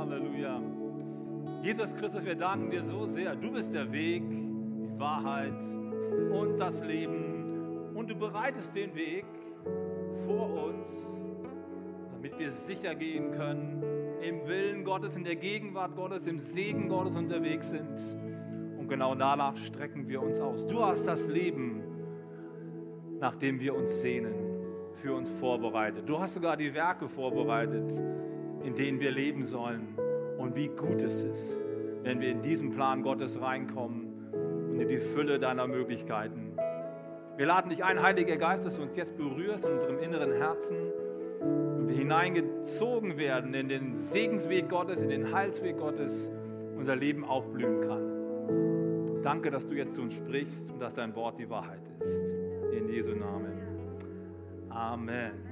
Halleluja. Jesus Christus, wir danken dir so sehr. Du bist der Weg, die Wahrheit und das Leben. Und du bereitest den Weg vor uns, damit wir sicher gehen können, im Willen Gottes, in der Gegenwart Gottes, im Segen Gottes unterwegs sind. Und genau danach strecken wir uns aus. Du hast das Leben, nach dem wir uns sehnen, für uns vorbereitet. Du hast sogar die Werke vorbereitet, in denen wir leben sollen. Und wie gut es ist, wenn wir in diesen Plan Gottes reinkommen und in die Fülle deiner Möglichkeiten. Wir laden dich ein, Heiliger Geist, dass du uns jetzt berührst in unserem inneren Herzen und wir hineingezogen werden in den Segensweg Gottes, in den Heilsweg Gottes, unser Leben aufblühen kann. Danke, dass du jetzt zu uns sprichst und dass dein Wort die Wahrheit ist. In Jesu Namen. Amen.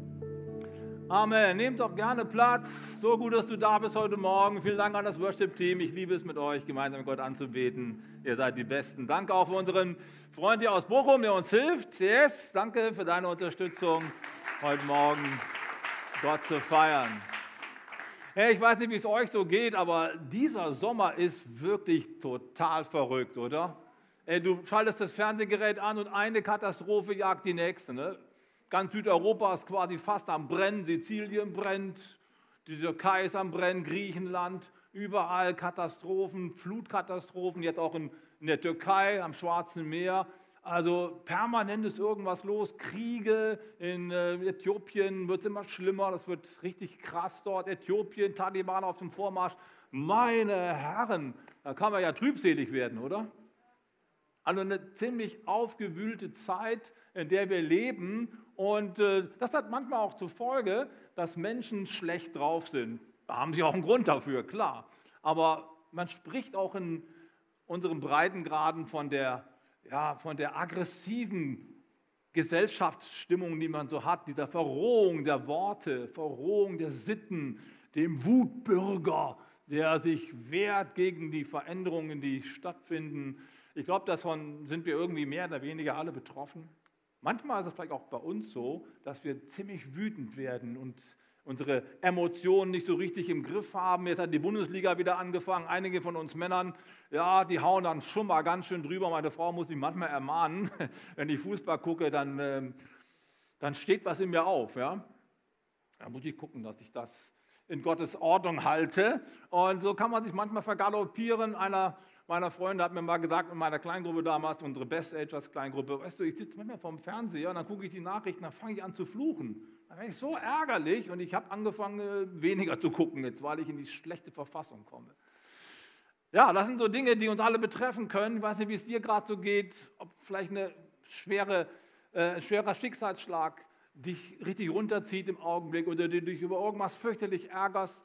Amen. Nehmt doch gerne Platz. So gut, dass du da bist heute Morgen. Vielen Dank an das Worship-Team. Ich liebe es, mit euch gemeinsam Gott anzubeten. Ihr seid die Besten. Danke auch für unseren Freund hier aus Bochum, der uns hilft. Yes, danke für deine Unterstützung, heute Morgen Gott zu feiern. Hey, ich weiß nicht, wie es euch so geht, aber dieser Sommer ist wirklich total verrückt, oder? Hey, du schaltest das Fernsehgerät an und eine Katastrophe jagt die nächste, ne? Ganz Südeuropa ist quasi fast am Brennen, Sizilien brennt, die Türkei ist am Brennen, Griechenland, überall Katastrophen, Flutkatastrophen, jetzt auch in der Türkei, am Schwarzen Meer. Also permanent ist irgendwas los, Kriege in Äthiopien wird es immer schlimmer, das wird richtig krass dort, Äthiopien, Taliban auf dem Vormarsch. Meine Herren, da kann man ja trübselig werden, oder? Also eine ziemlich aufgewühlte Zeit, in der wir leben. Und das hat manchmal auch zur Folge, dass Menschen schlecht drauf sind. Da haben sie auch einen Grund dafür, klar. Aber man spricht auch in unseren Breitengraden von der aggressiven Gesellschaftsstimmung, die man so hat, dieser Verrohung der Worte, Verrohung der Sitten, dem Wutbürger, der sich wehrt gegen die Veränderungen, die stattfinden. Ich glaube, davon sind wir irgendwie mehr oder weniger alle betroffen. Manchmal ist es vielleicht auch bei uns so, dass wir ziemlich wütend werden und unsere Emotionen nicht so richtig im Griff haben. Jetzt hat die Bundesliga wieder angefangen. Einige von uns Männern, ja, die hauen dann schon mal ganz schön drüber. Meine Frau muss mich manchmal ermahnen. Wenn ich Fußball gucke, dann steht was in mir auf. Ja? Da muss ich gucken, dass ich das in Gottes Ordnung halte. Und so kann man sich manchmal vergaloppieren. Einer meiner Freunde hat mir mal gesagt, in meiner Kleingruppe damals, unsere Best Agers Kleingruppe, weißt du, ich sitze manchmal vorm Fernseher und dann gucke ich die Nachrichten, dann fange ich an zu fluchen. Dann bin ich so ärgerlich und ich habe angefangen, weniger zu gucken jetzt, weil ich in die schlechte Verfassung komme. Ja, das sind so Dinge, die uns alle betreffen können. Ich weiß nicht, wie es dir gerade so geht, ob vielleicht ein schwerer Schicksalsschlag dich richtig runterzieht im Augenblick oder du dich über irgendwas fürchterlich ärgerst.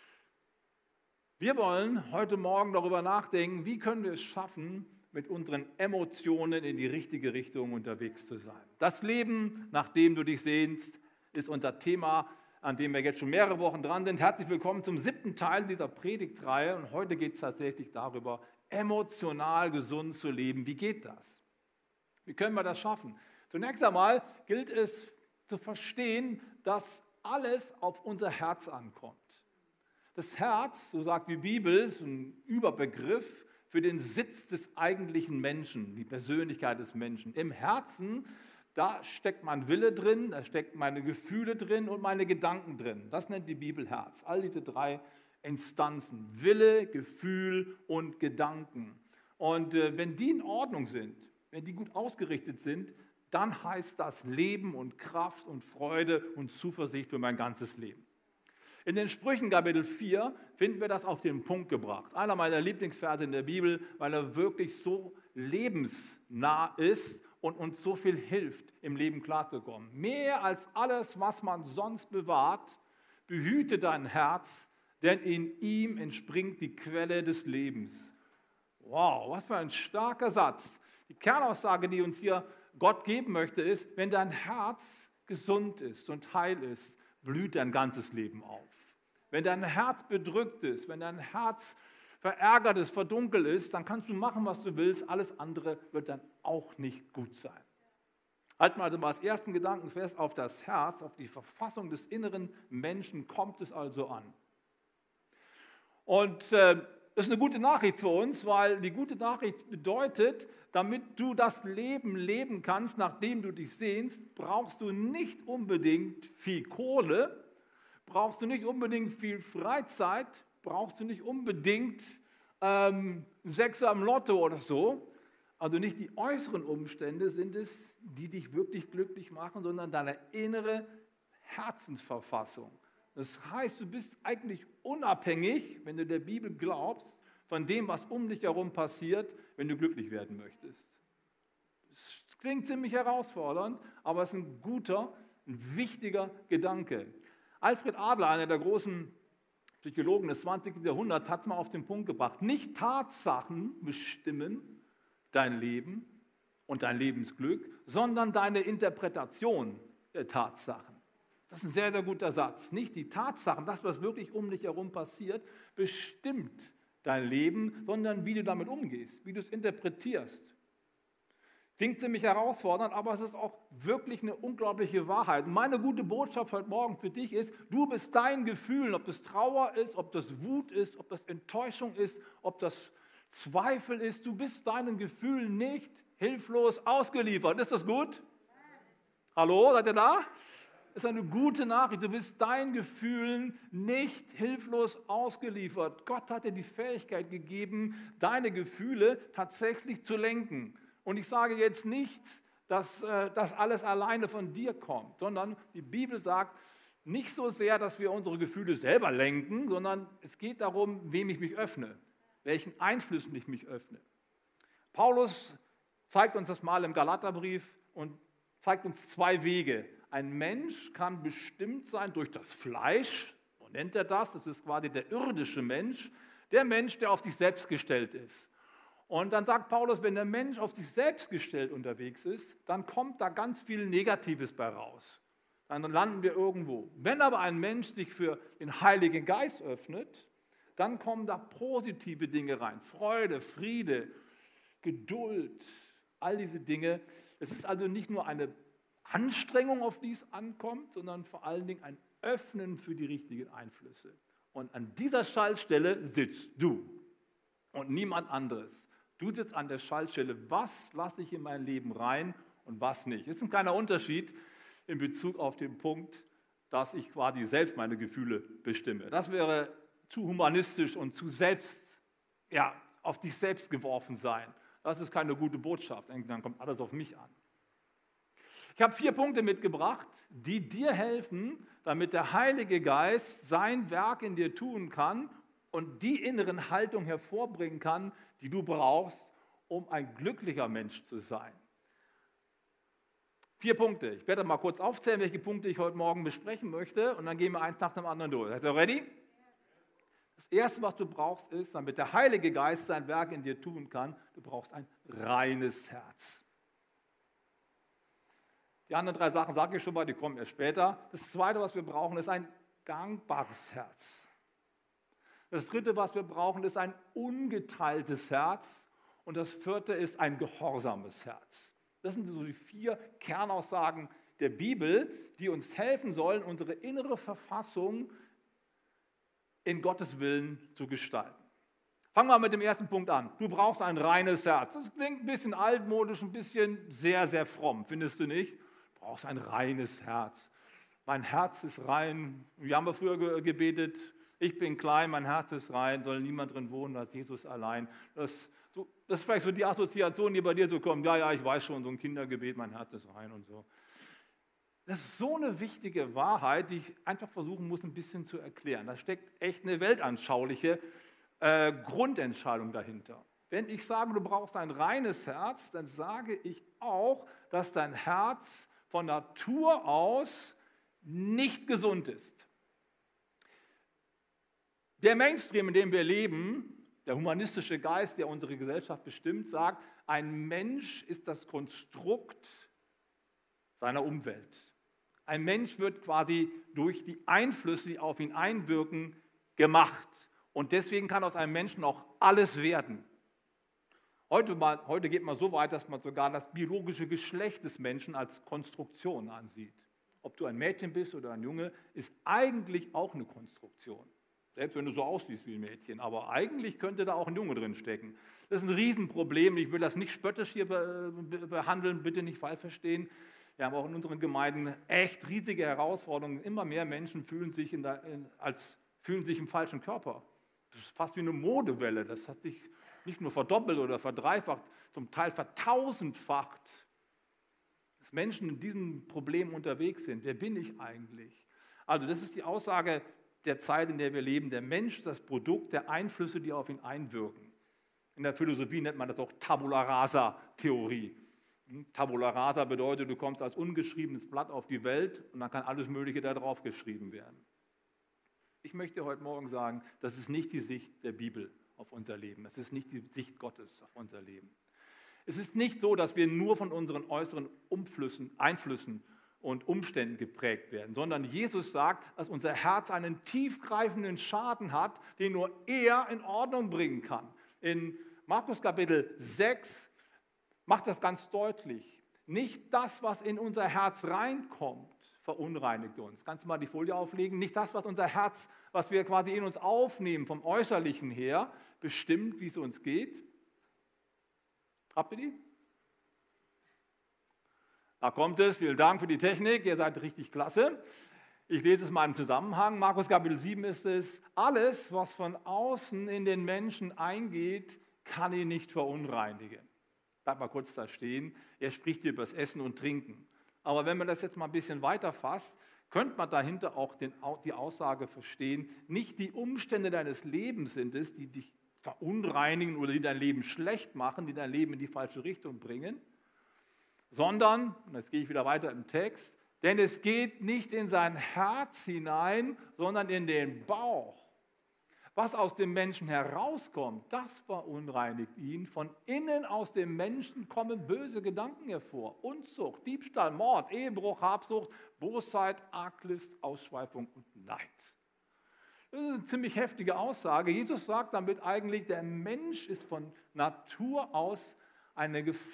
Wir wollen heute Morgen darüber nachdenken, wie können wir es schaffen, mit unseren Emotionen in die richtige Richtung unterwegs zu sein. Das Leben, nach dem du dich sehnst, ist unser Thema, an dem wir jetzt schon mehrere Wochen dran sind. Herzlich willkommen zum 7. Teil dieser Predigtreihe. Und heute geht es tatsächlich darüber, emotional gesund zu leben. Wie geht das? Wie können wir das schaffen? Zunächst einmal gilt es zu verstehen, dass alles auf unser Herz ankommt. Das Herz, so sagt die Bibel, ist ein Überbegriff für den Sitz des eigentlichen Menschen, die Persönlichkeit des Menschen. Im Herzen, da steckt mein Wille drin, da stecken meine Gefühle drin und meine Gedanken drin. Das nennt die Bibel Herz. All diese 3 Instanzen, Wille, Gefühl und Gedanken. Und wenn die in Ordnung sind, wenn die gut ausgerichtet sind, dann heißt das Leben und Kraft und Freude und Zuversicht für mein ganzes Leben. In den Sprüchen Kapitel 4 finden wir das auf den Punkt gebracht. Einer meiner Lieblingsverse in der Bibel, weil er wirklich so lebensnah ist und uns so viel hilft, im Leben klarzukommen. Mehr als alles, was man sonst bewahrt, behüte dein Herz, denn in ihm entspringt die Quelle des Lebens. Wow, was für ein starker Satz. Die Kernaussage, die uns hier Gott geben möchte, ist, wenn dein Herz gesund ist und heil ist, blüht dein ganzes Leben auf. Wenn dein Herz bedrückt ist, wenn dein Herz verärgert ist, verdunkelt ist, dann kannst du machen, was du willst. Alles andere wird dann auch nicht gut sein. Halten wir also mal als ersten Gedanken fest, auf das Herz, auf die Verfassung des inneren Menschen kommt es also an. Und das ist eine gute Nachricht für uns, weil die gute Nachricht bedeutet, damit du das Leben leben kannst, nachdem du dich sehnst, brauchst du nicht unbedingt viel Kohle, brauchst du nicht unbedingt viel Freizeit, brauchst du nicht unbedingt Sechser am Lotto oder so. Also nicht die äußeren Umstände sind es, die dich wirklich glücklich machen, sondern deine innere Herzensverfassung. Das heißt, du bist eigentlich unabhängig, wenn du der Bibel glaubst, von dem, was um dich herum passiert, wenn du glücklich werden möchtest. Das klingt ziemlich herausfordernd, aber es ist ein guter, ein wichtiger Gedanke. Alfred Adler, einer der großen Psychologen des 20. Jahrhunderts, hat es mal auf den Punkt gebracht. Nicht Tatsachen bestimmen dein Leben und dein Lebensglück, sondern deine Interpretation der Tatsachen. Das ist ein sehr, sehr guter Satz. Nicht die Tatsachen, das, was wirklich um dich herum passiert, bestimmt dein Leben, sondern wie du damit umgehst, wie du es interpretierst. Klingt ziemlich herausfordernd, aber es ist auch wirklich eine unglaubliche Wahrheit. Und meine gute Botschaft heute Morgen für dich ist, du bist deinen Gefühlen, ob das Trauer ist, ob das Wut ist, ob das Enttäuschung ist, ob das Zweifel ist, du bist deinen Gefühlen nicht hilflos ausgeliefert. Ist das gut? Hallo, seid ihr da? Das ist eine gute Nachricht. Du bist deinen Gefühlen nicht hilflos ausgeliefert. Gott hat dir die Fähigkeit gegeben, deine Gefühle tatsächlich zu lenken. Und ich sage jetzt nicht, dass das alles alleine von dir kommt, sondern die Bibel sagt nicht so sehr, dass wir unsere Gefühle selber lenken, sondern es geht darum, wem ich mich öffne, welchen Einflüssen ich mich öffne. Paulus zeigt uns das mal im Galaterbrief und zeigt uns zwei Wege. Ein Mensch kann bestimmt sein durch das Fleisch, so nennt er das ist quasi der irdische Mensch, der Mensch, der auf sich selbst gestellt ist. Und dann sagt Paulus, wenn der Mensch auf sich selbst gestellt unterwegs ist, dann kommt da ganz viel Negatives bei raus. Dann landen wir irgendwo. Wenn aber ein Mensch sich für den Heiligen Geist öffnet, dann kommen da positive Dinge rein. Freude, Friede, Geduld, all diese Dinge. Es ist also nicht nur eine Anstrengung, auf die es ankommt, sondern vor allen Dingen ein Öffnen für die richtigen Einflüsse. Und an dieser Schaltstelle sitzt du und niemand anderes. Du sitzt an der Schaltstelle, was lasse ich in mein Leben rein und was nicht. Das ist ein kleiner Unterschied in Bezug auf den Punkt, dass ich quasi selbst meine Gefühle bestimme. Das wäre zu humanistisch und zu auf dich selbst geworfen sein. Das ist keine gute Botschaft, dann kommt alles auf mich an. Ich habe 4 Punkte mitgebracht, die dir helfen, damit der Heilige Geist sein Werk in dir tun kann und die inneren Haltung hervorbringen kann, die du brauchst, um ein glücklicher Mensch zu sein. 4 Punkte. Ich werde mal kurz aufzählen, welche Punkte ich heute Morgen besprechen möchte und dann gehen wir eins nach dem anderen durch. Seid ihr ready? Das Erste, was du brauchst, ist, damit der Heilige Geist sein Werk in dir tun kann, du brauchst ein reines Herz. Die anderen 3 Sachen sage ich schon mal, die kommen erst später. Das Zweite, was wir brauchen, ist ein dankbares Herz. Das Dritte, was wir brauchen, ist ein ungeteiltes Herz. Und das Vierte ist ein gehorsames Herz. Das sind so die 4 Kernaussagen der Bibel, die uns helfen sollen, unsere innere Verfassung in Gottes Willen zu gestalten. Fangen wir mit dem ersten Punkt an. Du brauchst ein reines Herz. Das klingt ein bisschen altmodisch, ein bisschen sehr, sehr fromm, findest du nicht? Du brauchst ein reines Herz. Mein Herz ist rein. Wir haben früher gebetet, ich bin klein, mein Herz ist rein, soll niemand drin wohnen als Jesus allein. Das ist vielleicht so die Assoziation, die bei dir so kommt. Ja, ich weiß schon, so ein Kindergebet, mein Herz ist rein und so. Das ist so eine wichtige Wahrheit, die ich einfach versuchen muss, ein bisschen zu erklären. Da steckt echt eine weltanschauliche Grundentscheidung dahinter. Wenn ich sage, du brauchst ein reines Herz, dann sage ich auch, dass dein Herz von Natur aus nicht gesund ist. Der Mainstream, in dem wir leben, der humanistische Geist, der unsere Gesellschaft bestimmt, sagt, ein Mensch ist das Konstrukt seiner Umwelt. Ein Mensch wird quasi durch die Einflüsse, die auf ihn einwirken, gemacht. Und deswegen kann aus einem Menschen auch alles werden. Heute geht man so weit, dass man sogar das biologische Geschlecht des Menschen als Konstruktion ansieht. Ob du ein Mädchen bist oder ein Junge, ist eigentlich auch eine Konstruktion. Selbst wenn du so aussiehst wie ein Mädchen. Aber eigentlich könnte da auch ein Junge drin stecken. Das ist ein Riesenproblem. Ich will das nicht spöttisch hier behandeln, bitte nicht falsch verstehen. Wir haben auch in unseren Gemeinden echt riesige Herausforderungen. Immer mehr Menschen fühlen sich im falschen Körper. Das ist fast wie eine Modewelle. Das hat sich nicht nur verdoppelt oder verdreifacht, zum Teil vertausendfacht, dass Menschen in diesem Problem unterwegs sind. Wer bin ich eigentlich? Also das ist die Aussage der Zeit, in der wir leben. Der Mensch ist das Produkt der Einflüsse, die auf ihn einwirken. In der Philosophie nennt man das auch Tabula Rasa-Theorie. Tabula Rasa bedeutet, du kommst als ungeschriebenes Blatt auf die Welt und dann kann alles Mögliche da drauf geschrieben werden. Ich möchte heute Morgen sagen, das ist nicht die Sicht der Bibel auf unser Leben. Das ist nicht die Sicht Gottes auf unser Leben. Es ist nicht so, dass wir nur von unseren äußeren Einflüssen und Umständen geprägt werden, sondern Jesus sagt, dass unser Herz einen tiefgreifenden Schaden hat, den nur er in Ordnung bringen kann. In Markus Kapitel 6 macht das ganz deutlich. Nicht das, was in unser Herz reinkommt, verunreinigt uns. Kannst du mal die Folie auflegen? Nicht das, was unser Herz, was wir quasi in uns aufnehmen, vom Äußerlichen her, bestimmt, wie es uns geht. Habt ihr die? Da kommt es. Vielen Dank für die Technik. Ihr seid richtig klasse. Ich lese es mal im Zusammenhang. Markus Kapitel 7 ist es. Alles, was von außen in den Menschen eingeht, kann ihn nicht verunreinigen. Bleib mal kurz da stehen. Er spricht hier über das Essen und Trinken. Aber wenn man das jetzt mal ein bisschen weiter fasst, könnte man dahinter auch die Aussage verstehen, nicht die Umstände deines Lebens sind es, die dich verunreinigen oder die dein Leben schlecht machen, die dein Leben in die falsche Richtung bringen, sondern, und jetzt gehe ich wieder weiter im Text, denn es geht nicht in sein Herz hinein, sondern in den Bauch. Was aus dem Menschen herauskommt, das verunreinigt ihn. Von innen aus dem Menschen kommen böse Gedanken hervor. Unzucht, Diebstahl, Mord, Ehebruch, Habsucht, Bosheit, Arglist, Ausschweifung und Neid. Das ist eine ziemlich heftige Aussage. Jesus sagt damit eigentlich, der Mensch ist von Natur aus ein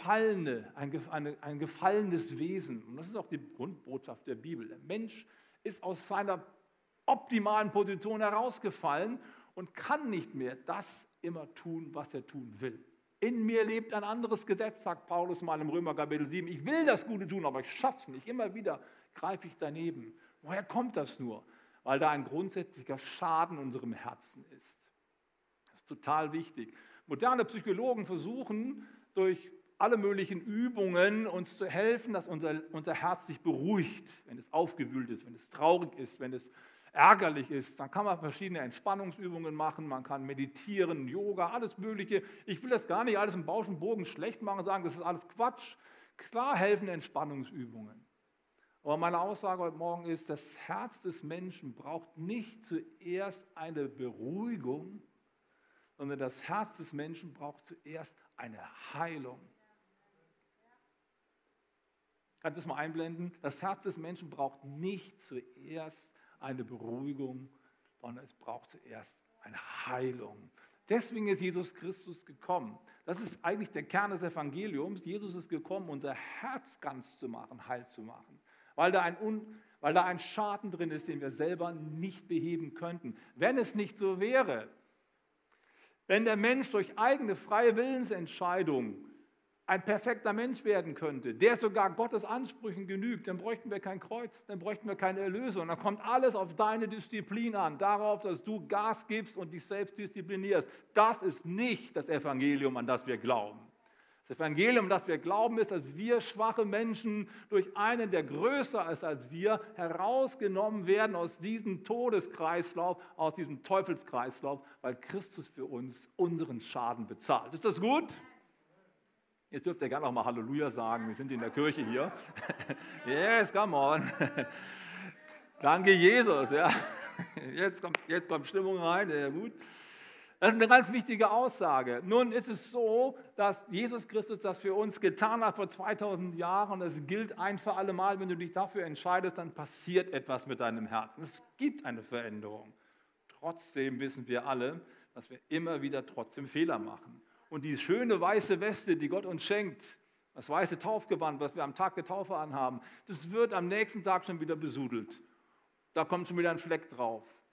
gefallenes Wesen. Und das ist auch die Grundbotschaft der Bibel. Der Mensch ist aus seiner optimalen Position herausgefallen und kann nicht mehr das immer tun, was er tun will. In mir lebt ein anderes Gesetz, sagt Paulus mal im Römer Kapitel 7. Ich will das Gute tun, aber ich schaffe es nicht. Immer wieder greife ich daneben. Woher kommt das nur? Weil da ein grundsätzlicher Schaden in unserem Herzen ist. Das ist total wichtig. Moderne Psychologen versuchen durch alle möglichen Übungen uns zu helfen, dass unser Herz sich beruhigt, wenn es aufgewühlt ist, wenn es traurig ist, wenn es ärgerlich ist. Dann kann man verschiedene Entspannungsübungen machen, man kann meditieren, Yoga, alles Mögliche. Ich will das gar nicht alles im Bausch und Bogen schlecht machen, sagen, das ist alles Quatsch. Klar helfen Entspannungsübungen. Aber meine Aussage heute Morgen ist, das Herz des Menschen braucht nicht zuerst eine Beruhigung, sondern das Herz des Menschen braucht zuerst eine Heilung. Kannst du das mal einblenden? Das Herz des Menschen braucht nicht zuerst eine Beruhigung, sondern es braucht zuerst eine Heilung. Deswegen ist Jesus Christus gekommen. Das ist eigentlich der Kern des Evangeliums. Jesus ist gekommen, unser Herz ganz zu machen, heil zu machen. Weil da ein Schaden drin ist, den wir selber nicht beheben könnten. Wenn es nicht so wäre, wenn der Mensch durch eigene freie Willensentscheidung ein perfekter Mensch werden könnte, der sogar Gottes Ansprüchen genügt, dann bräuchten wir kein Kreuz, dann bräuchten wir keine Erlösung. Dann kommt alles auf deine Disziplin an, darauf, dass du Gas gibst und dich selbst disziplinierst. Das ist nicht das Evangelium, an das wir glauben. Das Evangelium, an das wir glauben, ist, dass wir schwache Menschen durch einen, der größer ist als wir, herausgenommen werden aus diesem Todeskreislauf, aus diesem Teufelskreislauf, weil Christus für uns unseren Schaden bezahlt. Ist das gut? Jetzt dürft ihr gerne auch mal Halleluja sagen, wir sind in der Kirche hier. Yes, come on. Danke Jesus. Ja. Jetzt kommt Stimmung rein, sehr gut. Das ist eine ganz wichtige Aussage. Nun ist es so, dass Jesus Christus das für uns getan hat vor 2000 Jahren und es gilt ein für alle Mal, wenn du dich dafür entscheidest, dann passiert etwas mit deinem Herzen. Es gibt eine Veränderung. Trotzdem wissen wir alle, dass wir immer wieder trotzdem Fehler machen. Und die schöne weiße Weste, die Gott uns schenkt, das weiße Taufgewand, was wir am Tag der Taufe anhaben, das wird am nächsten Tag schon wieder besudelt. Da kommt schon wieder ein Fleck drauf.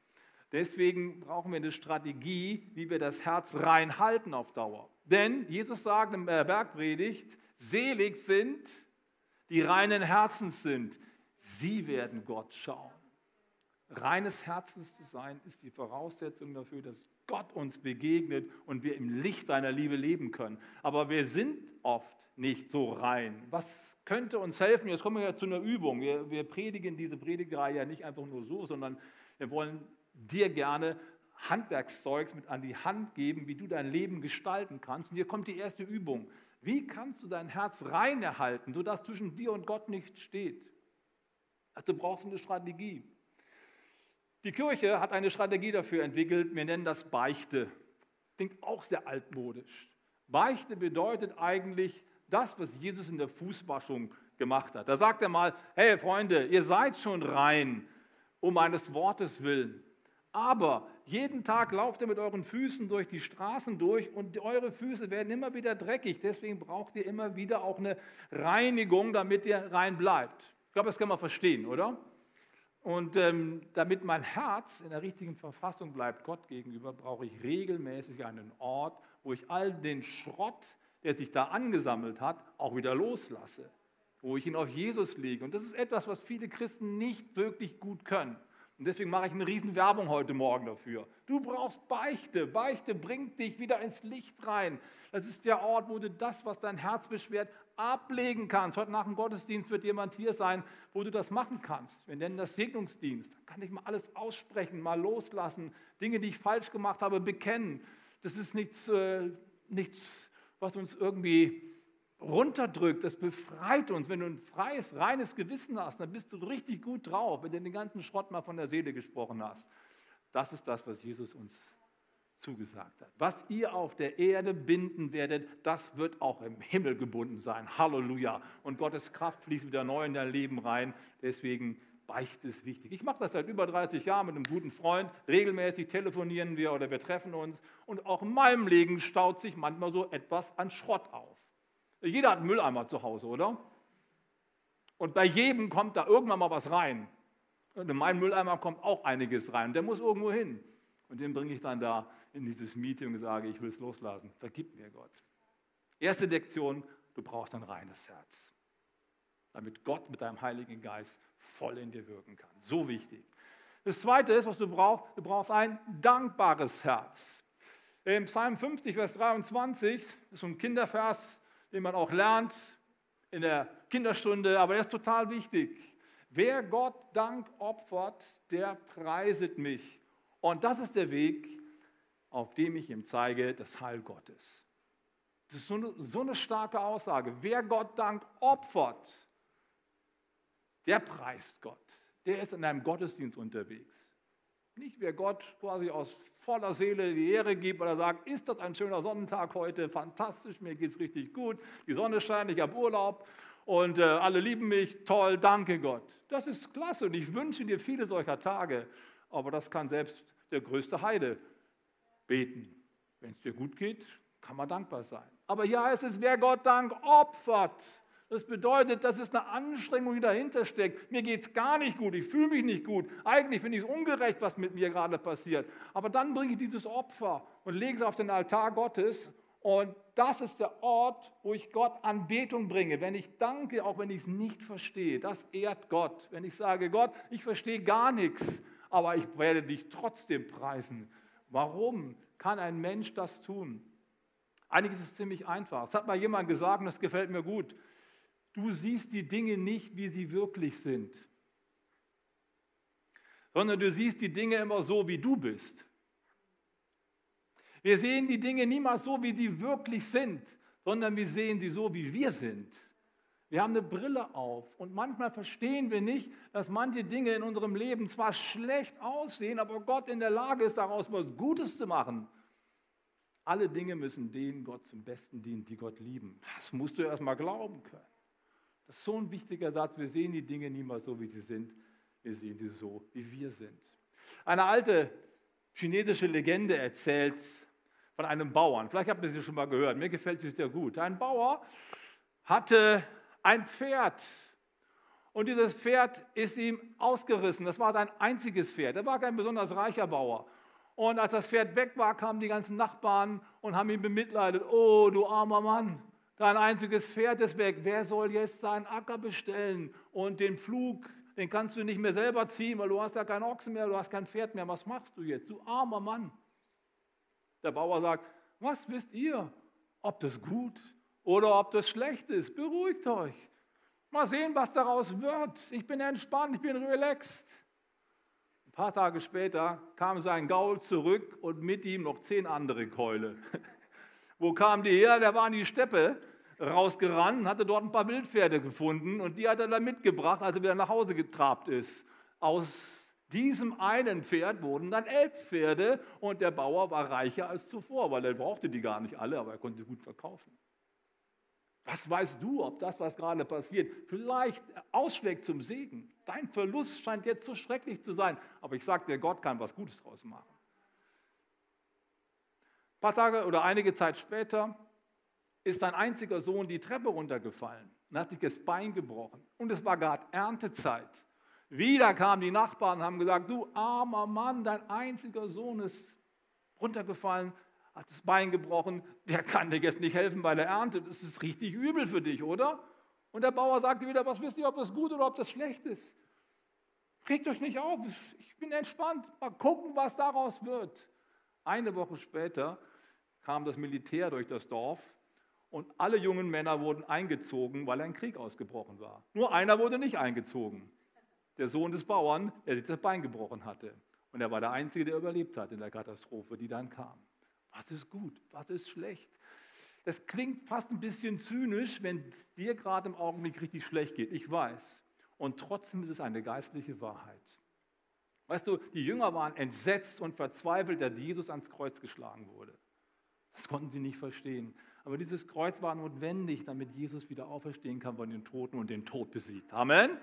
Deswegen brauchen wir eine Strategie, wie wir das Herz rein halten auf Dauer. Denn Jesus sagt in der Bergpredigt, selig sind, die reinen Herzens sind. Sie werden Gott schauen. Reines Herzens zu sein, ist die Voraussetzung dafür, dass Gott uns begegnet und wir im Licht seiner Liebe leben können. Aber wir sind oft nicht so rein. Was könnte uns helfen? Jetzt kommen wir ja zu einer Übung. Wir predigen diese Predigtreihe ja nicht einfach nur so, sondern wir wollen dir gerne Handwerkszeugs mit an die Hand geben, wie du dein Leben gestalten kannst. Und hier kommt die erste Übung. Wie kannst du dein Herz rein erhalten, sodass zwischen dir und Gott nichts steht? Also du brauchst eine Strategie. Die Kirche hat eine Strategie dafür entwickelt, wir nennen das Beichte. Klingt auch sehr altmodisch. Beichte bedeutet eigentlich das, was Jesus in der Fußwaschung gemacht hat. Da sagt er mal, hey Freunde, ihr seid schon rein, um meines Wortes willen. Aber jeden Tag lauft ihr mit euren Füßen durch die Straßen durch und eure Füße werden immer wieder dreckig. Deswegen braucht ihr immer wieder auch eine Reinigung, damit ihr rein bleibt. Ich glaube, das kann man verstehen, oder? Und damit mein Herz in der richtigen Verfassung bleibt Gott gegenüber, brauche ich regelmäßig einen Ort, wo ich all den Schrott, der sich da angesammelt hat, auch wieder loslasse. Wo ich ihn auf Jesus lege. Und das ist etwas, was viele Christen nicht wirklich gut können. Und deswegen mache ich eine riesen Werbung heute Morgen dafür. Du brauchst Beichte. Beichte bringt dich wieder ins Licht rein. Das ist der Ort, wo du das, was dein Herz beschwert, ablegen kannst. Heute nach dem Gottesdienst wird jemand hier sein, wo du das machen kannst. Wir nennen das Segnungsdienst. Da kann ich mal alles aussprechen, mal loslassen, Dinge, die ich falsch gemacht habe, bekennen. Das ist nichts, was uns irgendwie runterdrückt, das befreit uns. Wenn du ein freies, reines Gewissen hast, dann bist du richtig gut drauf, wenn du den ganzen Schrott mal von der Seele gesprochen hast. Das ist das, was Jesus uns zugesagt hat. Was ihr auf der Erde binden werdet, das wird auch im Himmel gebunden sein. Halleluja. Und Gottes Kraft fließt wieder neu in dein Leben rein. Deswegen Beichte ist wichtig. Ich mache das seit über 30 Jahren mit einem guten Freund. Regelmäßig telefonieren wir oder wir treffen uns. Und auch in meinem Leben staut sich manchmal so etwas an Schrott auf. Jeder hat einen Mülleimer zu Hause, oder? Und bei jedem kommt da irgendwann mal was rein. Und in meinen Mülleimer kommt auch einiges rein. Und der muss irgendwo hin. Und den bringe ich dann da in dieses Meeting und sage, ich will es loslassen. Vergib mir, Gott. Erste Lektion, du brauchst ein reines Herz. Damit Gott mit deinem Heiligen Geist voll in dir wirken kann. So wichtig. Das Zweite ist, was du brauchst ein dankbares Herz. Im Psalm 50, Vers 23, das ist so ein Kindervers, den man auch lernt in der Kinderstunde, aber der ist total wichtig. Wer Gott Dank opfert, der preiset mich. Und das ist der Weg, auf dem ich ihm zeige, das Heil Gottes. Das ist so eine starke Aussage. Wer Gott Dank opfert, der preist Gott. Der ist in einem Gottesdienst unterwegs. Nicht wer Gott quasi aus voller Seele die Ehre gibt oder sagt, ist das ein schöner Sonnentag heute, fantastisch, mir geht es richtig gut, die Sonne scheint, ich habe Urlaub und alle lieben mich, toll, danke Gott. Das ist klasse und ich wünsche dir viele solcher Tage, aber das kann selbst der größte Heide beten. Wenn es dir gut geht, kann man dankbar sein. Aber ja, es ist, wer Gott Dank opfert. Das bedeutet, dass es eine Anstrengung, die dahinter steckt. Mir geht es gar nicht gut, ich fühle mich nicht gut. Eigentlich finde ich es ungerecht, was mit mir gerade passiert. Aber dann bringe ich dieses Opfer und lege es auf den Altar Gottes. Und das ist der Ort, wo ich Gott Anbetung bringe. Wenn ich danke, auch wenn ich es nicht verstehe, das ehrt Gott. Wenn ich sage, Gott, ich verstehe gar nichts, aber ich werde dich trotzdem preisen. Warum kann ein Mensch das tun? Eigentlich ist es ziemlich einfach. Es hat mal jemand gesagt, und das gefällt mir gut. Du siehst die Dinge nicht, wie sie wirklich sind, sondern du siehst die Dinge immer so, wie du bist. Wir sehen die Dinge niemals so, wie sie wirklich sind, sondern wir sehen sie so, wie wir sind. Wir haben eine Brille auf und manchmal verstehen wir nicht, dass manche Dinge in unserem Leben zwar schlecht aussehen, aber Gott in der Lage ist, daraus was Gutes zu machen. Alle Dinge müssen denen Gott zum Besten dienen, die Gott lieben. Das musst du erst mal glauben können. Das ist so ein wichtiger Satz. Wir sehen die Dinge niemals so, wie sie sind. Wir sehen sie so, wie wir sind. Eine alte chinesische Legende erzählt von einem Bauern. Vielleicht habt ihr sie schon mal gehört. Mir gefällt sie sehr gut. Ein Bauer hatte ein Pferd. Und dieses Pferd ist ihm ausgerissen. Das war sein einziges Pferd. Er war kein besonders reicher Bauer. Und als das Pferd weg war, kamen die ganzen Nachbarn und haben ihn bemitleidet. Oh, du armer Mann, dein einziges Pferd ist weg. Wer soll jetzt seinen Acker bestellen? Und den Pflug, den kannst du nicht mehr selber ziehen, weil du hast ja keinen Ochsen mehr, du hast kein Pferd mehr. Was machst du jetzt, du armer Mann? Der Bauer sagt, was wisst ihr, ob das gut oder ob das schlecht ist? Beruhigt euch. Mal sehen, was daraus wird. Ich bin entspannt, ich bin relaxed. Ein paar Tage später kam sein Gaul zurück und mit ihm noch 10 andere Keule. Wo kamen die her? Der war in die Steppe rausgerannt und hatte dort ein paar Wildpferde gefunden und die hat er dann mitgebracht, als er wieder nach Hause getrabt ist. Aus diesem einen Pferd wurden dann 11 Pferde und der Bauer war reicher als zuvor, weil er brauchte die gar nicht alle, aber er konnte sie gut verkaufen. Was weißt du, ob das, was gerade passiert, vielleicht ausschlägt zum Segen? Dein Verlust scheint jetzt so schrecklich zu sein, aber ich sage dir, Gott kann was Gutes draus machen. Ein paar Tage oder einige Zeit später ist sein einziger Sohn die Treppe runtergefallen und hat sich das Bein gebrochen. Und es war gerade Erntezeit. Wieder kamen die Nachbarn und haben gesagt, du armer Mann, dein einziger Sohn ist runtergefallen, hat das Bein gebrochen, der kann dir jetzt nicht helfen bei der Ernte, das ist richtig übel für dich, oder? Und der Bauer sagte wieder, was wisst ihr, ob das gut oder ob das schlecht ist? Regt euch nicht auf, ich bin entspannt, mal gucken, was daraus wird. Eine Woche später kam das Militär durch das Dorf und alle jungen Männer wurden eingezogen, weil ein Krieg ausgebrochen war. Nur einer wurde nicht eingezogen, der Sohn des Bauern, der sich das Bein gebrochen hatte. Und er war der Einzige, der überlebt hat in der Katastrophe, die dann kam. Was ist gut, was ist schlecht? Das klingt fast ein bisschen zynisch, wenn es dir gerade im Augenblick richtig schlecht geht. Ich weiß. Und trotzdem ist es eine geistliche Wahrheit. Weißt du, die Jünger waren entsetzt und verzweifelt, dass Jesus ans Kreuz geschlagen wurde. Das konnten sie nicht verstehen. Aber dieses Kreuz war notwendig, damit Jesus wieder auferstehen kann von den Toten und den Tod besiegt. Amen.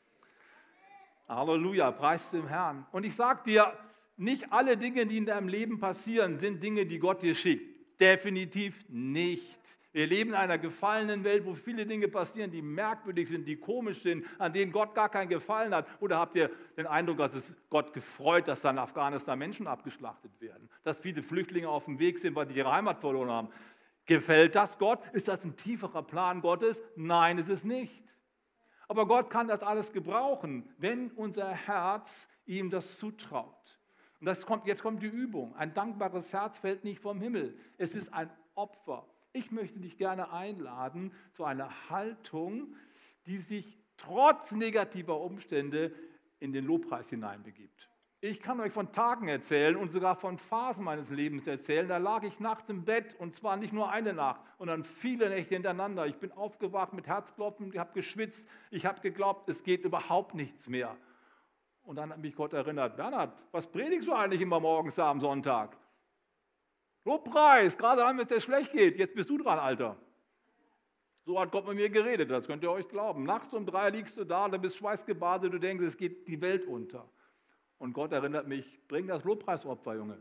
Halleluja, preis dem Herrn. Und ich sage dir, nicht alle Dinge, die in deinem Leben passieren, sind Dinge, die Gott dir schickt. Definitiv nicht. Wir leben in einer gefallenen Welt, wo viele Dinge passieren, die merkwürdig sind, die komisch sind, an denen Gott gar keinen Gefallen hat. Oder habt ihr den Eindruck, dass es Gott gefreut, dass dann in Afghanistan Menschen abgeschlachtet werden? Dass viele Flüchtlinge auf dem Weg sind, weil sie ihre Heimat verloren haben? Gefällt das Gott? Ist das ein tieferer Plan Gottes? Nein, ist es nicht. Aber Gott kann das alles gebrauchen, wenn unser Herz ihm das zutraut. Und jetzt kommt die Übung. Ein dankbares Herz fällt nicht vom Himmel. Es ist ein Opfer. Ich möchte dich gerne einladen zu einer Haltung, die sich trotz negativer Umstände in den Lobpreis hineinbegibt. Ich kann euch von Tagen erzählen und sogar von Phasen meines Lebens erzählen. Da lag ich nachts im Bett und zwar nicht nur eine Nacht, sondern viele Nächte hintereinander. Ich bin aufgewacht mit Herzklopfen, ich habe geschwitzt, ich habe geglaubt, es geht überhaupt nichts mehr. Und dann hat mich Gott erinnert, Bernhard, was predigst du eigentlich immer morgens da am Sonntag? Lobpreis, gerade wenn es dir schlecht geht, jetzt bist du dran, Alter. So hat Gott mit mir geredet, das könnt ihr euch glauben. Nachts um 3 liegst du da, du bist schweißgebadet, du denkst, es geht die Welt unter. Und Gott erinnert mich, bring das Lobpreisopfer, Junge.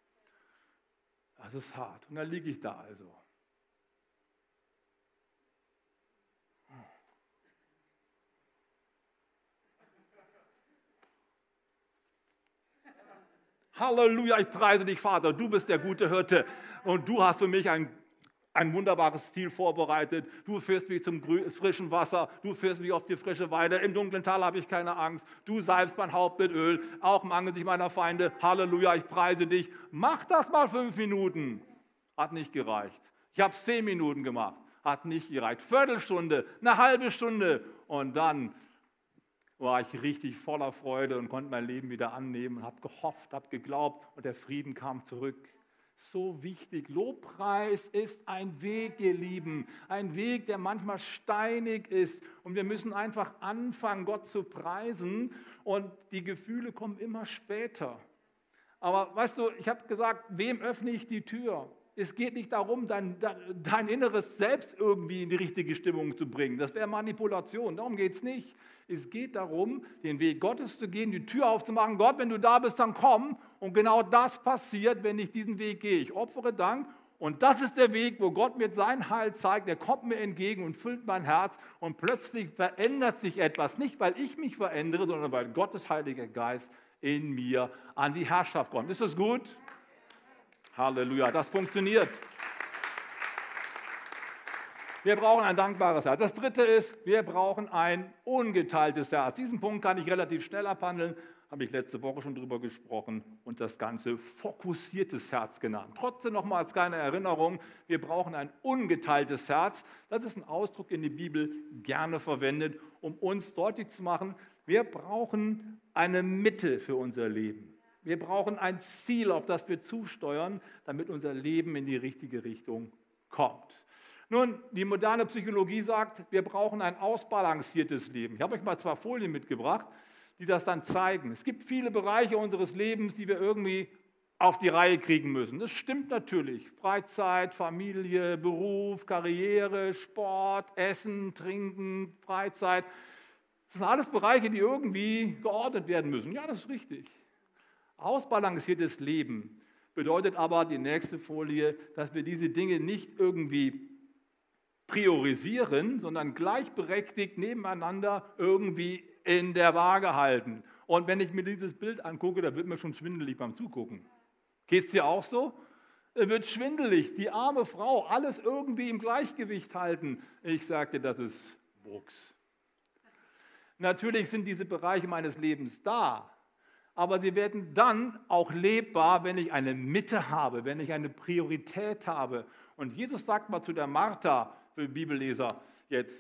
Das ist hart. Und dann liege ich da also. Halleluja, ich preise dich, Vater, du bist der gute Hirte und du hast für mich ein wunderbares Ziel vorbereitet. Du führst mich zum frischen Wasser, du führst mich auf die frische Weide. Im dunklen Tal habe ich keine Angst. Du salbst mein Haupt mit Öl, auch im Angesicht meiner Feinde. Halleluja, ich preise dich. Mach das mal 5 Minuten. Hat nicht gereicht. Ich habe es 10 Minuten gemacht. Hat nicht gereicht. Viertelstunde, eine halbe Stunde und dann war ich richtig voller Freude und konnte mein Leben wieder annehmen und habe gehofft, habe geglaubt und der Frieden kam zurück. So wichtig. Lobpreis ist ein Weg, ihr Lieben, ein Weg, der manchmal steinig ist und wir müssen einfach anfangen, Gott zu preisen und die Gefühle kommen immer später. Aber weißt du, ich habe gesagt, wem öffne ich die Tür? Es geht nicht darum, dein inneres Selbst irgendwie in die richtige Stimmung zu bringen. Das wäre Manipulation, darum geht es nicht. Es geht darum, den Weg Gottes zu gehen, die Tür aufzumachen. Gott, wenn du da bist, dann komm. Und genau das passiert, wenn ich diesen Weg gehe. Ich opfere Dank Und das ist der Weg, wo Gott mir sein Heil zeigt. Er kommt mir entgegen und füllt mein Herz und plötzlich verändert sich etwas. Nicht, weil ich mich verändere, sondern weil Gottes Heiliger Geist in mir an die Herrschaft kommt. Ist das gut? Halleluja, das funktioniert. Wir brauchen ein dankbares Herz. Das dritte ist, wir brauchen ein ungeteiltes Herz. Diesen Punkt kann ich relativ schnell abhandeln, habe ich letzte Woche schon drüber gesprochen und das Ganze fokussiertes Herz genannt. Trotzdem nochmal als kleine Erinnerung, wir brauchen ein ungeteiltes Herz. Das ist ein Ausdruck, den die Bibel gerne verwendet, um uns deutlich zu machen, wir brauchen eine Mitte für unser Leben. Wir brauchen ein Ziel, auf das wir zusteuern, damit unser Leben in die richtige Richtung kommt. Nun, die moderne Psychologie sagt, wir brauchen ein ausbalanciertes Leben. Ich habe euch mal 2 Folien mitgebracht, die das dann zeigen. Es gibt viele Bereiche unseres Lebens, die wir irgendwie auf die Reihe kriegen müssen. Das stimmt natürlich. Freizeit, Familie, Beruf, Karriere, Sport, Essen, Trinken, Freizeit. Das sind alles Bereiche, die irgendwie geordnet werden müssen. Ja, das ist richtig. Ausbalanciertes Leben bedeutet aber, die nächste Folie, dass wir diese Dinge nicht irgendwie priorisieren, sondern gleichberechtigt nebeneinander irgendwie in der Waage halten. Und wenn ich mir dieses Bild angucke, da wird mir schon schwindelig beim Zugucken. Geht es dir auch so? Es wird schwindelig, die arme Frau, alles irgendwie im Gleichgewicht halten. Ich sagte, das ist Brucks. Natürlich sind diese Bereiche meines Lebens da, aber sie werden dann auch lebbar, wenn ich eine Mitte habe, wenn ich eine Priorität habe. Und Jesus sagt mal zu der Martha, für Bibelleser jetzt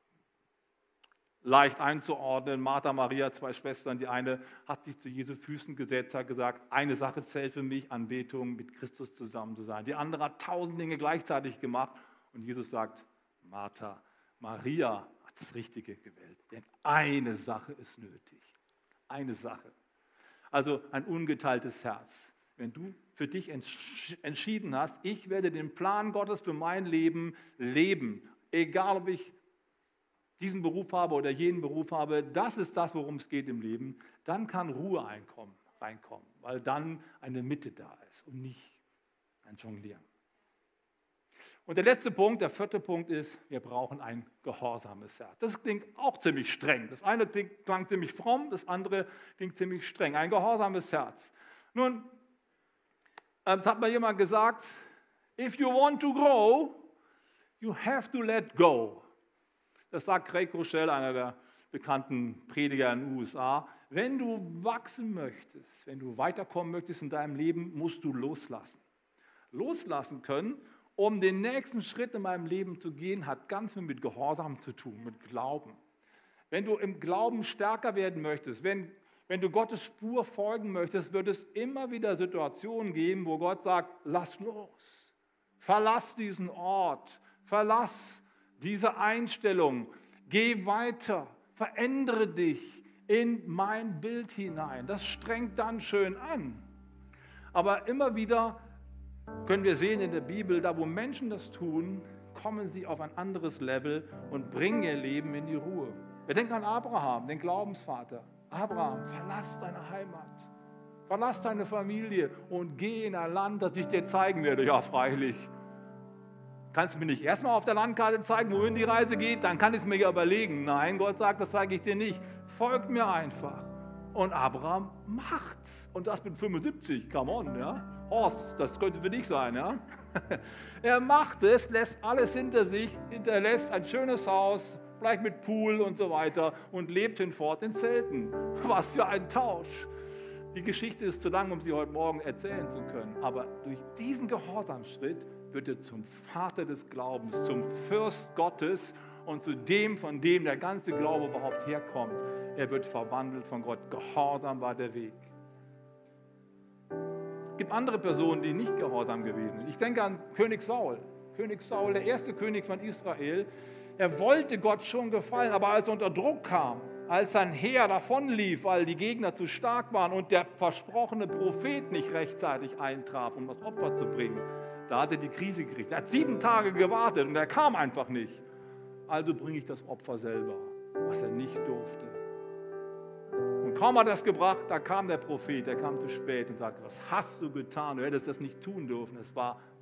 leicht einzuordnen, Martha, Maria, 2 Schwestern, die eine hat sich zu Jesu Füßen gesetzt, hat gesagt, eine Sache zählt für mich, Anbetung, mit Christus zusammen zu sein. Die andere hat 1000 Dinge gleichzeitig gemacht und Jesus sagt, Martha, Maria hat das Richtige gewählt, denn eine Sache ist nötig, eine Sache. Also ein ungeteiltes Herz. Wenn du für dich entschieden hast, ich werde den Plan Gottes für mein Leben leben, egal ob ich diesen Beruf habe oder jenen Beruf habe, das ist das, worum es geht im Leben, dann kann Ruhe reinkommen, weil dann eine Mitte da ist und nicht ein Jonglieren. Und der letzte Punkt, der 4. Punkt ist, wir brauchen ein gehorsames Herz. Das klingt auch ziemlich streng. Das eine klang ziemlich fromm, das andere klingt ziemlich streng. Ein gehorsames Herz. Nun, es hat mal jemand gesagt, if you want to grow, you have to let go. Das sagt Craig Rochelle, einer der bekannten Prediger in den USA. Wenn du wachsen möchtest, wenn du weiterkommen möchtest in deinem Leben, musst du loslassen. Loslassen können, um den nächsten Schritt in meinem Leben zu gehen, hat ganz viel mit Gehorsam zu tun, mit Glauben. Wenn du im Glauben stärker werden möchtest, wenn du Gottes Spur folgen möchtest, wird es immer wieder Situationen geben, wo Gott sagt, lass los, verlass diesen Ort, verlass diese Einstellung, geh weiter, verändere dich in mein Bild hinein. Das strengt dann schön an. Aber immer wieder können wir sehen in der Bibel, da wo Menschen das tun, kommen sie auf ein anderes Level und bringen ihr Leben in die Ruhe. Wir denken an Abraham, den Glaubensvater. Abraham, verlass deine Heimat, verlass deine Familie und geh in ein Land, das ich dir zeigen werde. Ja, freilich. Kannst du mir nicht erstmal auf der Landkarte zeigen, wohin die Reise geht? Dann kann ich es mir ja überlegen. Nein, Gott sagt, das zeige ich dir nicht. Folgt mir einfach. Und Abraham macht's. Und das mit 75, come on, ja. Horst, das könnte für dich sein, ja. Er macht es, lässt alles hinter sich, hinterlässt ein schönes Haus, vielleicht mit Pool und so weiter und lebt hinfort in Zelten. Was für ein Tausch. Die Geschichte ist zu lang, um sie heute Morgen erzählen zu können. Aber durch diesen Gehorsamsschritt wird er zum Vater des Glaubens, zum Fürst Gottes und zu dem, von dem der ganze Glaube überhaupt herkommt. Er wird verwandelt von Gott. Gehorsam war der Weg. Es gibt andere Personen, die nicht gehorsam gewesen sind. Ich denke an König Saul. König Saul, der erste König von Israel. Er wollte Gott schon gefallen, aber als er unter Druck kam, als sein Heer davonlief, weil die Gegner zu stark waren und der versprochene Prophet nicht rechtzeitig eintraf, um das Opfer zu bringen, da hat er die Krise gekriegt. Er hat 7 Tage gewartet und er kam einfach nicht. Also bringe ich das Opfer selber, was er nicht durfte. Und kaum hat er es gebracht, da kam der Prophet, der kam zu spät und sagte, was hast du getan? Du hättest das nicht tun dürfen. Es war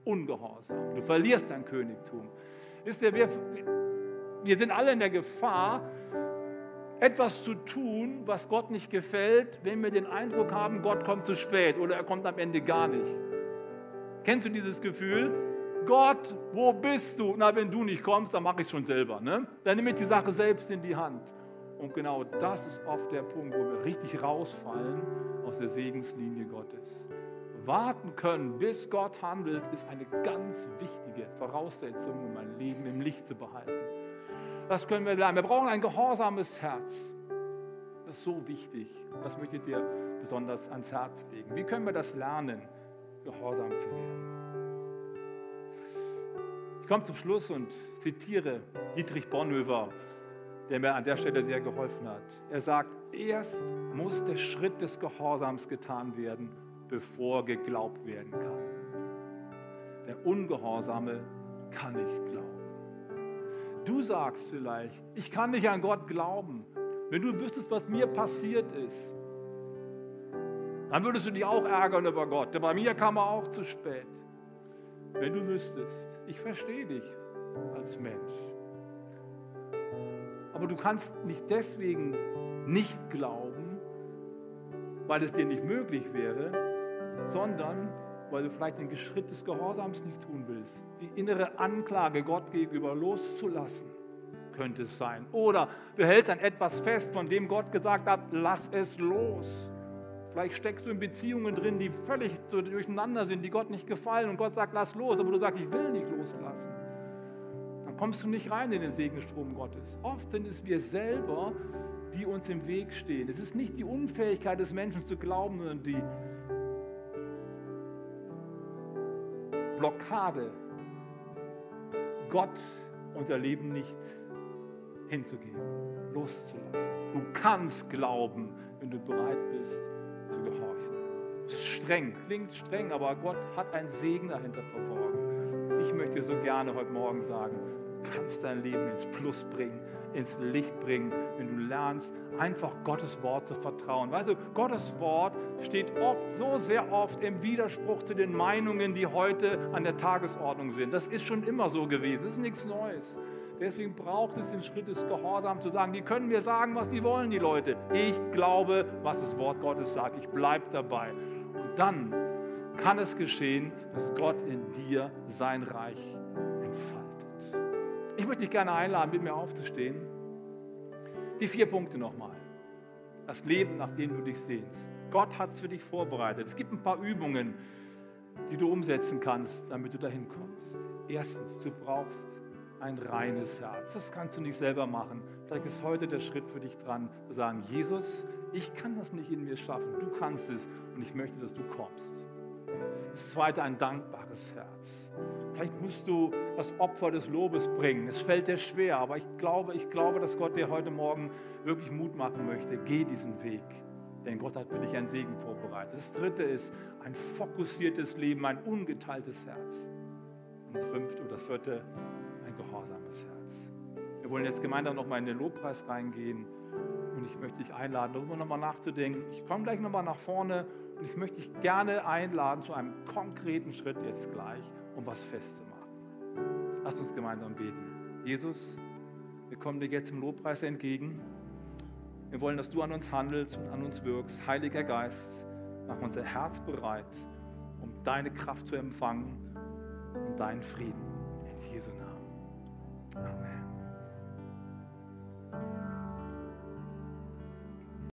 ungehorsam. Du verlierst dein Königtum. Wisst ihr, wir sind alle in der Gefahr, etwas zu tun, was Gott nicht gefällt, wenn wir den Eindruck haben, Gott kommt zu spät oder er kommt am Ende gar nicht. Kennst du dieses Gefühl? Gott, wo bist du? Na, wenn du nicht kommst, dann mache ich es schon selber. Ne? Dann nehme ich die Sache selbst in die Hand. Und genau das ist oft der Punkt, wo wir richtig rausfallen aus der Segenslinie Gottes. Warten können, bis Gott handelt, ist eine ganz wichtige Voraussetzung, um mein Leben im Licht zu behalten. Das können wir lernen. Wir brauchen ein gehorsames Herz. Das ist so wichtig. Das möchte ich dir besonders ans Herz legen. Wie können wir das lernen, gehorsam zu werden? Ich komme zum Schluss und zitiere Dietrich Bonhoeffer, der mir an der Stelle sehr geholfen hat. Er sagt, erst muss der Schritt des Gehorsams getan werden, bevor geglaubt werden kann. Der Ungehorsame kann nicht glauben. Du sagst vielleicht, ich kann nicht an Gott glauben. Wenn du wüsstest, was mir passiert ist, dann würdest du dich auch ärgern über Gott. Bei mir kam er auch zu spät. Wenn du wüsstest, ich verstehe dich als Mensch. Aber du kannst nicht deswegen nicht glauben, weil es dir nicht möglich wäre, sondern weil du vielleicht den Schritt des Gehorsams nicht tun willst. Die innere Anklage Gott gegenüber loszulassen, könnte es sein. Oder du hältst an etwas fest, von dem Gott gesagt hat, lass es los. Vielleicht steckst du in Beziehungen drin, die völlig durcheinander sind, die Gott nicht gefallen und Gott sagt, lass los, aber du sagst, ich will nicht loslassen. Dann kommst du nicht rein in den Segenstrom Gottes. Oft sind es wir selber, die uns im Weg stehen. Es ist nicht die Unfähigkeit des Menschen zu glauben, sondern die Blockade, Gott unser Leben nicht hinzugeben, loszulassen. Du kannst glauben, wenn du bereit bist zu gehorchen. Das ist streng, klingt streng, aber Gott hat einen Segen dahinter verborgen. Ich möchte so gerne heute Morgen sagen, du kannst dein Leben ins Plus bringen, ins Licht bringen, wenn du lernst, einfach Gottes Wort zu vertrauen. Weißt du, Gottes Wort steht so sehr oft im Widerspruch zu den Meinungen, die heute an der Tagesordnung sind. Das ist schon immer so gewesen, das ist nichts Neues. Deswegen braucht es den Schritt des Gehorsams zu sagen, die können mir sagen, was die wollen, die Leute. Ich glaube, was das Wort Gottes sagt. Ich bleibe dabei. Und dann kann es geschehen, dass Gott in dir sein Reich entfaltet. Ich möchte dich gerne einladen, mit mir aufzustehen. Die 4 Punkte nochmal. Das Leben, nach dem du dich sehnst. Gott hat es für dich vorbereitet. Es gibt ein paar Übungen, die du umsetzen kannst, damit du dahin kommst. Erstens, du brauchst ein reines Herz. Das kannst du nicht selber machen. Vielleicht ist heute der Schritt für dich dran, zu sagen, Jesus, ich kann das nicht in mir schaffen. Du kannst es und ich möchte, dass du kommst. Das Zweite, ein dankbares Herz. Vielleicht musst du das Opfer des Lobes bringen. Es fällt dir schwer, aber ich glaube, dass Gott dir heute Morgen wirklich Mut machen möchte. Geh diesen Weg, denn Gott hat für dich einen Segen vorbereitet. Das Dritte ist ein fokussiertes Leben, ein ungeteiltes Herz. Und das Fünfte oder das Vierte, ein gehorsames Herz. Wir wollen jetzt gemeinsam nochmal in den Lobpreis reingehen und ich möchte dich einladen, darüber nochmal nachzudenken. Ich komme gleich nochmal nach vorne und ich möchte dich gerne einladen zu einem konkreten Schritt jetzt gleich, um was festzumachen. Lasst uns gemeinsam beten. Jesus, wir kommen dir jetzt im Lobpreis entgegen. Wir wollen, dass du an uns handelst und an uns wirkst. Heiliger Geist, mach unser Herz bereit, um deine Kraft zu empfangen und deinen Frieden. In Jesu Namen. Amen.